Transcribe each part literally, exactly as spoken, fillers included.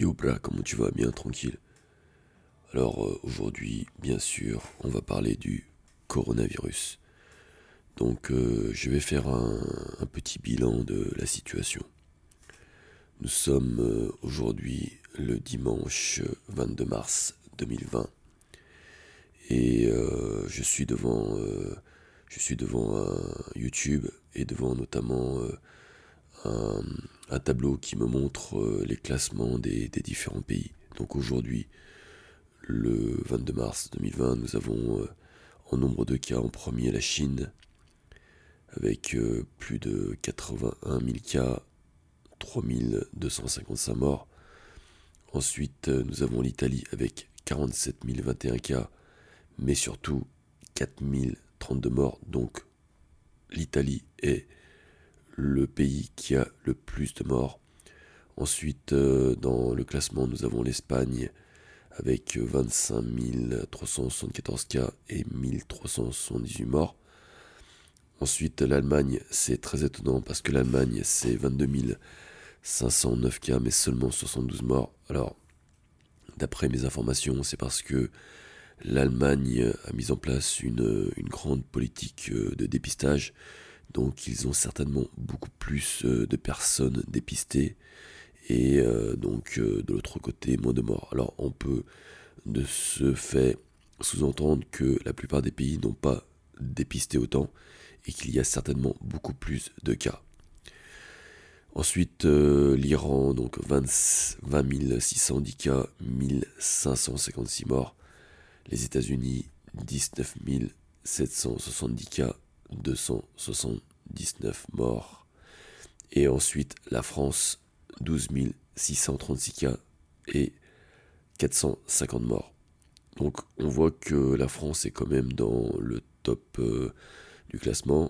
Yo Bra, comment tu vas? Bien, tranquille. Alors euh, aujourd'hui, bien sûr, on va parler du coronavirus. Donc euh, je vais faire un, un petit bilan de la situation. Nous sommes euh, aujourd'hui le dimanche vingt-deux mars deux mille vingt et euh, je suis devant, euh, je suis devant un YouTube et devant notamment euh, un, un tableau qui me montre euh, les classements des, des différents pays. Donc aujourd'hui, le vingt-deux mars deux mille vingt, nous avons euh, en nombre de cas en premier la Chine avec euh, plus de quatre-vingt-un mille cas, trois mille deux cent cinquante-cinq morts. Ensuite, euh, nous avons l'Italie avec quarante-sept mille vingt et un cas, mais surtout quatre mille trente-deux morts. Donc l'Italie est le pays qui a le plus de morts. Ensuite, euh, dans le classement, nous avons l'Espagne avec vingt-cinq mille trois cent soixante-quatorze cas et mille trois cent soixante-dix-huit morts. Ensuite, l'Allemagne, c'est très étonnant parce que l'Allemagne, c'est vingt-deux mille cinq cent neuf cas, mais seulement soixante-douze morts. Alors, d'après mes informations, c'est parce que l'Allemagne a mis en place une, une grande politique de dépistage. Donc, ils ont certainement beaucoup plus de personnes dépistées et euh, donc euh, de l'autre côté, moins de morts. Alors, on peut de ce fait sous-entendre que la plupart des pays n'ont pas dépisté autant et qu'il y a certainement beaucoup plus de cas. Ensuite, euh, l'Iran, donc vingt mille six cent dix cas, mille cinq cent cinquante-six morts. Les États-Unis, dix-neuf mille sept cent soixante-dix cas, deux cent soixante-dix-neuf morts. Et ensuite, la France, douze mille six cent trente-six cas et quatre cent cinquante morts. Donc on voit que la France est quand même dans le top euh, du classement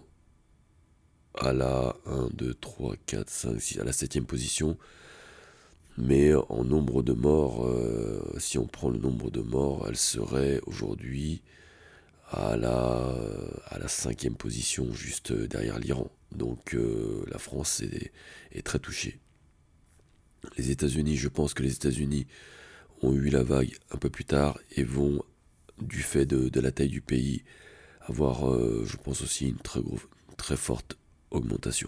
à la un, deux, trois, quatre, cinq, six, à la septième position. Mais en nombre de morts, euh, si on prend le nombre de morts, elle serait aujourd'hui à la, à la cinquième position, juste derrière l'Iran. Donc euh, la France est, est très touchée. Les États-Unis, je pense que les États-Unis ont eu la vague un peu plus tard et vont, du fait de, de la taille du pays, avoir, euh, je pense aussi, une très, gros, très forte augmentation.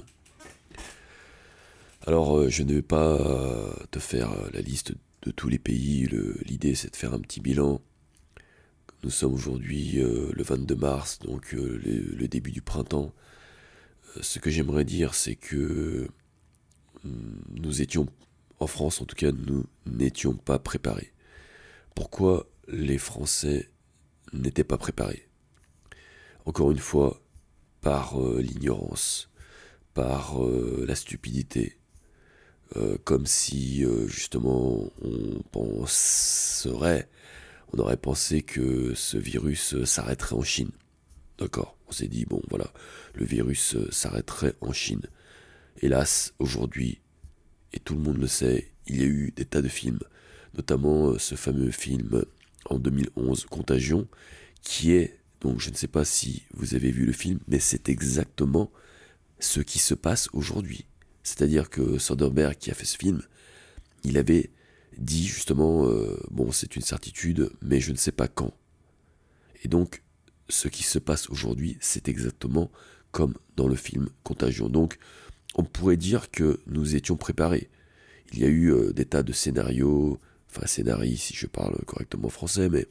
Alors, euh, je ne vais pas euh, te faire euh, la liste de tous les pays. Le, l'idée, c'est de faire un petit bilan. Nous sommes aujourd'hui euh, le vingt-deux mars, donc euh, le, le début du printemps. Euh, ce que j'aimerais dire, c'est que euh, nous étions, en France en tout cas, nous n'étions pas préparés. Pourquoi les Français n'étaient pas préparés? Encore une fois, par euh, l'ignorance, par euh, la stupidité, euh, comme si euh, justement on penserait, on aurait pensé que ce virus euh, s'arrêterait en Chine. D'accord, on s'est dit, bon voilà, le virus euh, s'arrêterait en Chine. Hélas, aujourd'hui, et tout le monde le sait, il y a eu des tas de films, notamment euh, ce fameux film en deux mille onze, Contagion, qui est, donc je ne sais pas si vous avez vu le film, mais c'est exactement ce qui se passe aujourd'hui. C'est-à-dire que Soderbergh, qui a fait ce film, il avait dit justement, euh, bon c'est une certitude, mais je ne sais pas quand. Et donc, ce qui se passe aujourd'hui, c'est exactement comme dans le film Contagion. Donc, on pourrait dire que nous étions préparés. Il y a eu euh, des tas de scénarios, enfin scénarii si je parle correctement français, mais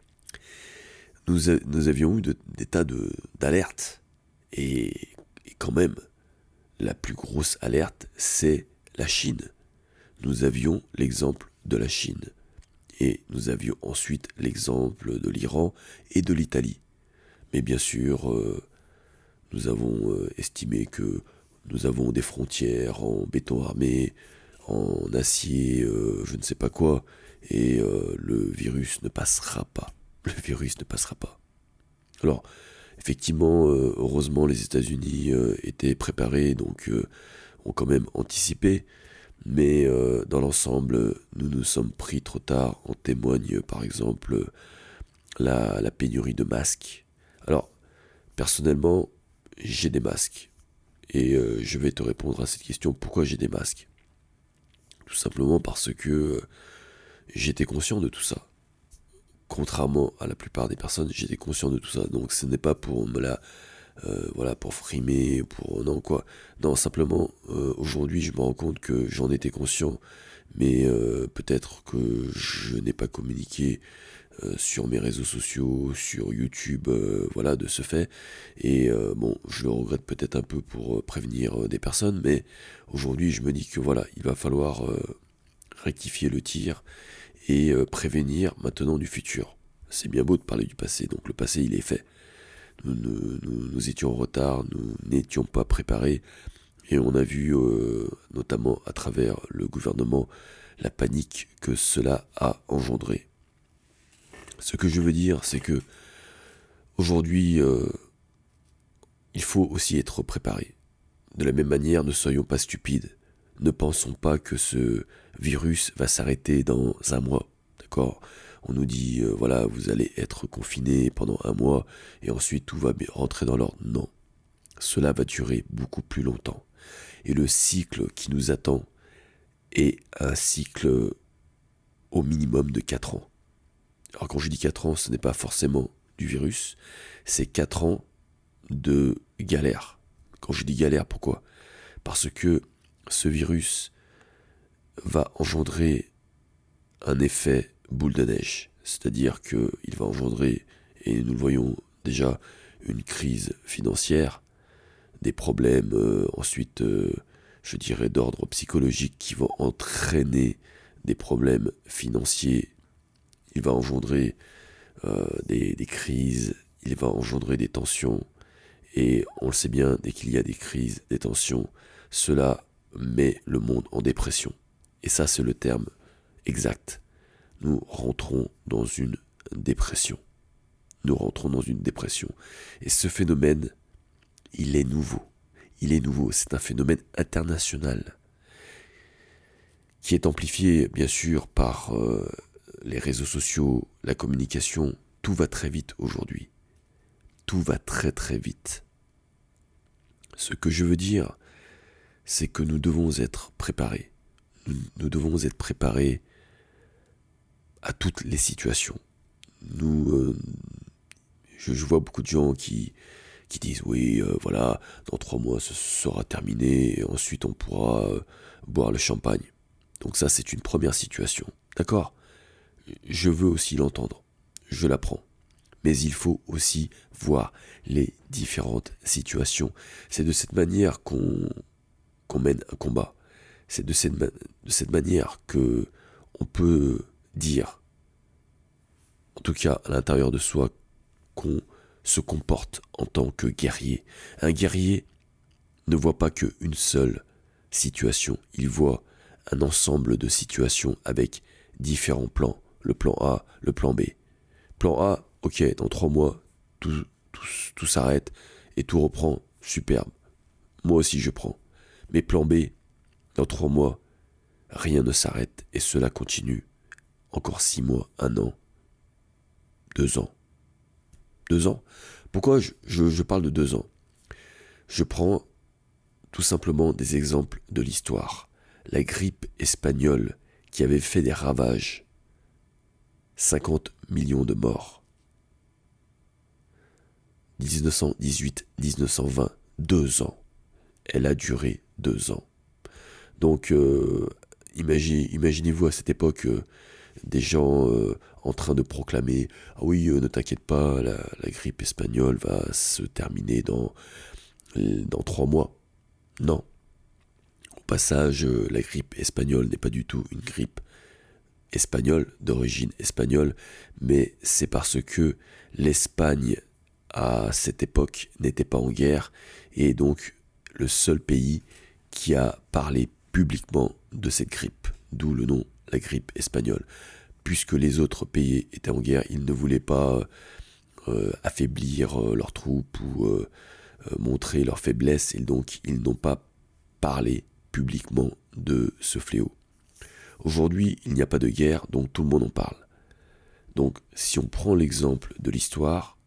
nous, a, nous avions eu de, des tas de, d'alertes. Et, et quand même, la plus grosse alerte, c'est la Chine. Nous avions l'exemple de la Chine. Et nous avions ensuite l'exemple de l'Iran et de l'Italie. Mais bien sûr, euh, nous avons euh, estimé que nous avons des frontières en béton armé, en acier, euh, je ne sais pas quoi, et euh, le virus ne passera pas. Le virus ne passera pas. Alors, effectivement, euh, heureusement, les États-Unis euh, étaient préparés, donc euh, ont quand même anticipé, mais euh, dans l'ensemble, nous nous sommes pris trop tard. En témoigne, par exemple, la, la pénurie de masques. Alors, personnellement, j'ai des masques. Et euh, je vais te répondre à cette question, pourquoi j'ai des masques? Tout simplement parce que euh, j'étais conscient de tout ça. Contrairement à la plupart des personnes, j'étais conscient de tout ça. Donc ce n'est pas pour me la... Euh, voilà, pour frimer, pour... Non, quoi. Non, simplement, euh, aujourd'hui, je me rends compte que j'en étais conscient, mais euh, peut-être que je n'ai pas communiqué euh, sur mes réseaux sociaux, sur YouTube, euh, voilà, de ce fait. Et euh, bon, je le regrette peut-être un peu pour euh, prévenir euh, des personnes, mais aujourd'hui, je me dis que voilà, il va falloir euh, rectifier le tir et euh, prévenir maintenant du futur. C'est bien beau de parler du passé, donc le passé, il est fait. Nous, nous, nous, nous étions en retard, nous n'étions pas préparés, et on a vu, euh, notamment à travers le gouvernement, la panique que cela a engendré. Ce que je veux dire, c'est que aujourd'hui, euh, il faut aussi être préparé. De la même manière, ne soyons pas stupides. Ne pensons pas que ce virus va s'arrêter dans un mois, d'accord ? On nous dit, euh, voilà, vous allez être confiné pendant un mois et ensuite tout va rentrer dans l'ordre. Non, cela va durer beaucoup plus longtemps. Et le cycle qui nous attend est un cycle au minimum de quatre ans. Alors quand je dis quatre ans, ce n'est pas forcément du virus, c'est quatre ans de galère. Quand je dis galère, pourquoi ? Parce que ce virus va engendrer un effet boule de neige. C'est-à-dire qu'il va engendrer, et nous le voyons déjà, une crise financière, des problèmes euh, ensuite, euh, je dirais, d'ordre psychologique qui vont entraîner des problèmes financiers. Il va engendrer euh, des, des crises, il va engendrer des tensions. Et on le sait bien, dès qu'il y a des crises, des tensions, cela met le monde en dépression. Et ça, c'est le terme exact. Nous rentrons dans une dépression. Nous rentrons dans une dépression. Et ce phénomène, il est nouveau. Il est nouveau. C'est un phénomène international qui est amplifié, bien sûr, par euh, les réseaux sociaux, la communication. Tout va très vite aujourd'hui. Tout va très très vite. Ce que je veux dire, c'est que nous devons être préparés. Nous, nous devons être préparés à toutes les situations. Nous, euh, je, je vois beaucoup de gens qui, qui disent oui, euh, voilà, dans trois mois ce sera terminé et ensuite on pourra euh, boire le champagne. Donc ça, c'est une première situation. D'accord ? Je veux aussi l'entendre. Je l'apprends. Mais il faut aussi voir les différentes situations. C'est de cette manière qu'on qu'on mène un combat. C'est de cette, ma- de cette manière que on peut dire, en tout cas à l'intérieur de soi, qu'on se comporte en tant que guerrier. Un guerrier ne voit pas qu'une seule situation, il voit un ensemble de situations avec différents plans. Le plan A, le plan B. Plan A, ok, dans trois mois, tout, tout, tout s'arrête et tout reprend, superbe. Moi aussi je prends. Mais plan B, dans trois mois, rien ne s'arrête et cela continue. Encore six mois, un an, deux ans. Deux ans. Pourquoi je, je, je parle de deux ans ? Je prends tout simplement des exemples de l'histoire. La grippe espagnole qui avait fait des ravages. cinquante millions de morts. dix-neuf cent dix-huit à dix-neuf cent vingt, deux ans. Elle a duré deux ans. Donc, euh, imagine, imaginez-vous à cette époque euh, des gens euh, en train de proclamer « Ah oui, euh, ne t'inquiète pas, la, la grippe espagnole va se terminer dans, dans trois mois. » Non. Au passage, euh, la grippe espagnole n'est pas du tout une grippe espagnole, d'origine espagnole, mais c'est parce que l'Espagne, à cette époque, n'était pas en guerre, et donc le seul pays qui a parlé publiquement de cette grippe, d'où le nom, la grippe espagnole. Puisque les autres pays étaient en guerre, ils ne voulaient pas euh, affaiblir euh, leurs troupes ou euh, euh, montrer leur faiblesse, et donc ils n'ont pas parlé publiquement de ce fléau. Aujourd'hui, il n'y a pas de guerre, donc tout le monde en parle. Donc, si on prend l'exemple de l'histoire,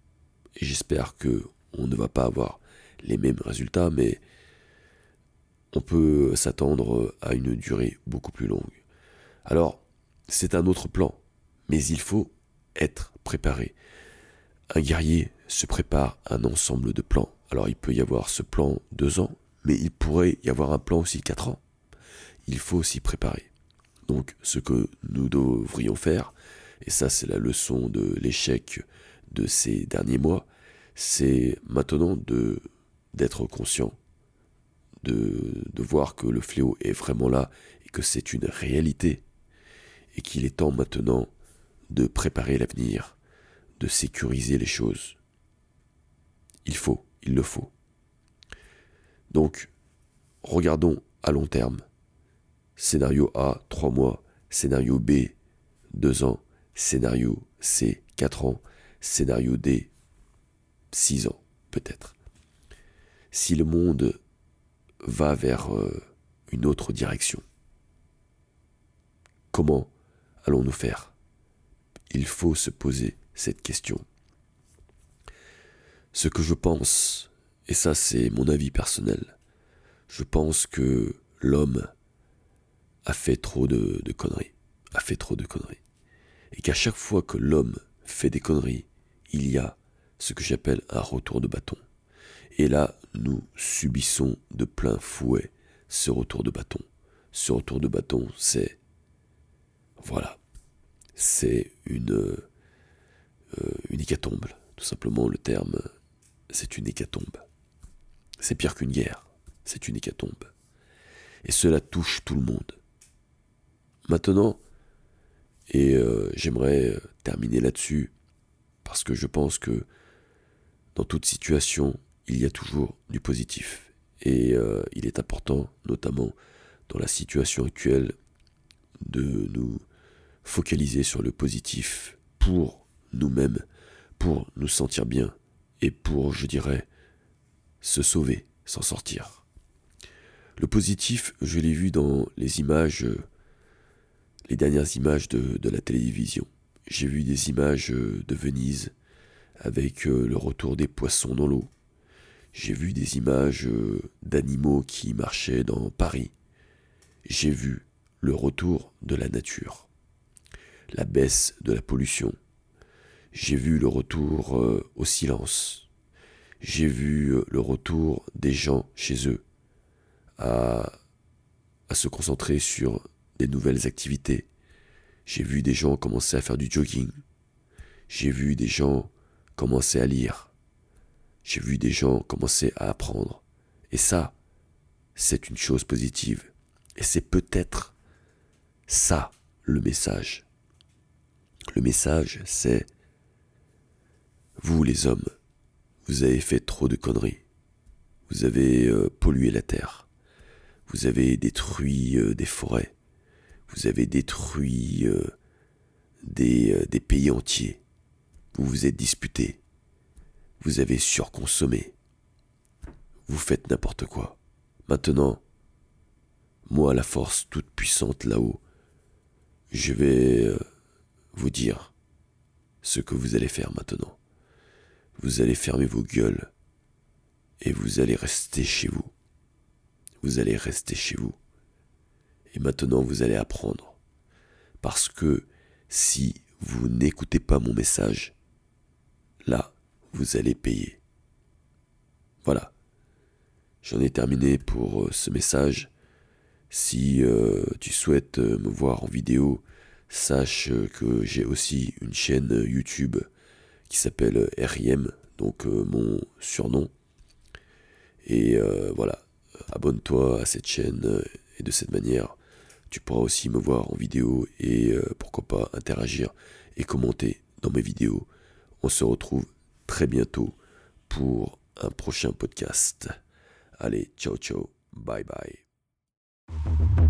et j'espère que on ne va pas avoir les mêmes résultats, mais on peut s'attendre à une durée beaucoup plus longue. Alors, c'est un autre plan, mais il faut être préparé. Un guerrier se prépare à un ensemble de plans. Alors, il peut y avoir ce plan deux ans, mais il pourrait y avoir un plan aussi quatre ans. Il faut s'y préparer. Donc, ce que nous devrions faire, et ça c'est la leçon de l'échec de ces derniers mois, c'est maintenant de, d'être conscient, de, de voir que le fléau est vraiment là et que c'est une réalité et qu'il est temps maintenant de préparer l'avenir, de sécuriser les choses. Il faut, il le faut. Donc, regardons à long terme. Scénario A, trois mois. Scénario B, deux ans. Scénario C, quatre ans. Scénario D, six ans, peut-être. Si le monde va vers euh, une autre direction, comment allons-nous faire ? Il faut se poser cette question. Ce que je pense, et ça c'est mon avis personnel, je pense que l'homme a fait trop de, de conneries, a fait trop de conneries. Et qu'à chaque fois que l'homme fait des conneries, il y a ce que j'appelle un retour de bâton. Et là, nous subissons de plein fouet ce retour de bâton. Ce retour de bâton, c'est... Voilà. C'est une... Euh, une hécatombe. Tout simplement, le terme, c'est une hécatombe. C'est pire qu'une guerre. C'est une hécatombe. Et cela touche tout le monde. Maintenant, et euh, j'aimerais terminer là-dessus, parce que je pense que dans toute situation, il y a toujours du positif. Et euh, il est important, notamment dans la situation actuelle, de nous focaliser sur le positif pour nous-mêmes, pour nous sentir bien et pour, je dirais, se sauver, s'en sortir. Le positif, je l'ai vu dans les images, les dernières images de, de la télévision. J'ai vu des images de Venise avec le retour des poissons dans l'eau. J'ai vu des images d'animaux qui marchaient dans Paris. J'ai vu le retour de la nature, la baisse de la pollution. J'ai vu le retour euh, au silence. J'ai vu le retour des gens chez eux à, à se concentrer sur des nouvelles activités. J'ai vu des gens commencer à faire du jogging. J'ai vu des gens commencer à lire. J'ai vu des gens commencer à apprendre. Et ça, c'est une chose positive. Et c'est peut-être ça le message. Le message, c'est vous les hommes, vous avez fait trop de conneries. Vous avez euh, pollué la terre. Vous avez détruit euh, des forêts. Vous avez détruit euh, des, euh, des pays entiers. Vous vous êtes disputés. Vous avez surconsommé. Vous faites n'importe quoi. Maintenant, moi, la force toute puissante là-haut, je vais euh, vous dire ce que vous allez faire maintenant. Vous allez fermer vos gueules et vous allez rester chez vous. Vous allez rester chez vous. Et maintenant, vous allez apprendre. Parce que si vous n'écoutez pas mon message, là, vous allez payer. Voilà. J'en ai terminé pour ce message. Si euh, tu souhaites me voir en vidéo, sache que j'ai aussi une chaîne YouTube qui s'appelle R I M, donc euh, mon surnom. Et euh, voilà, abonne-toi à cette chaîne et de cette manière, tu pourras aussi me voir en vidéo et euh, pourquoi pas interagir et commenter dans mes vidéos. On se retrouve très bientôt pour un prochain podcast. Allez, ciao ciao, bye bye.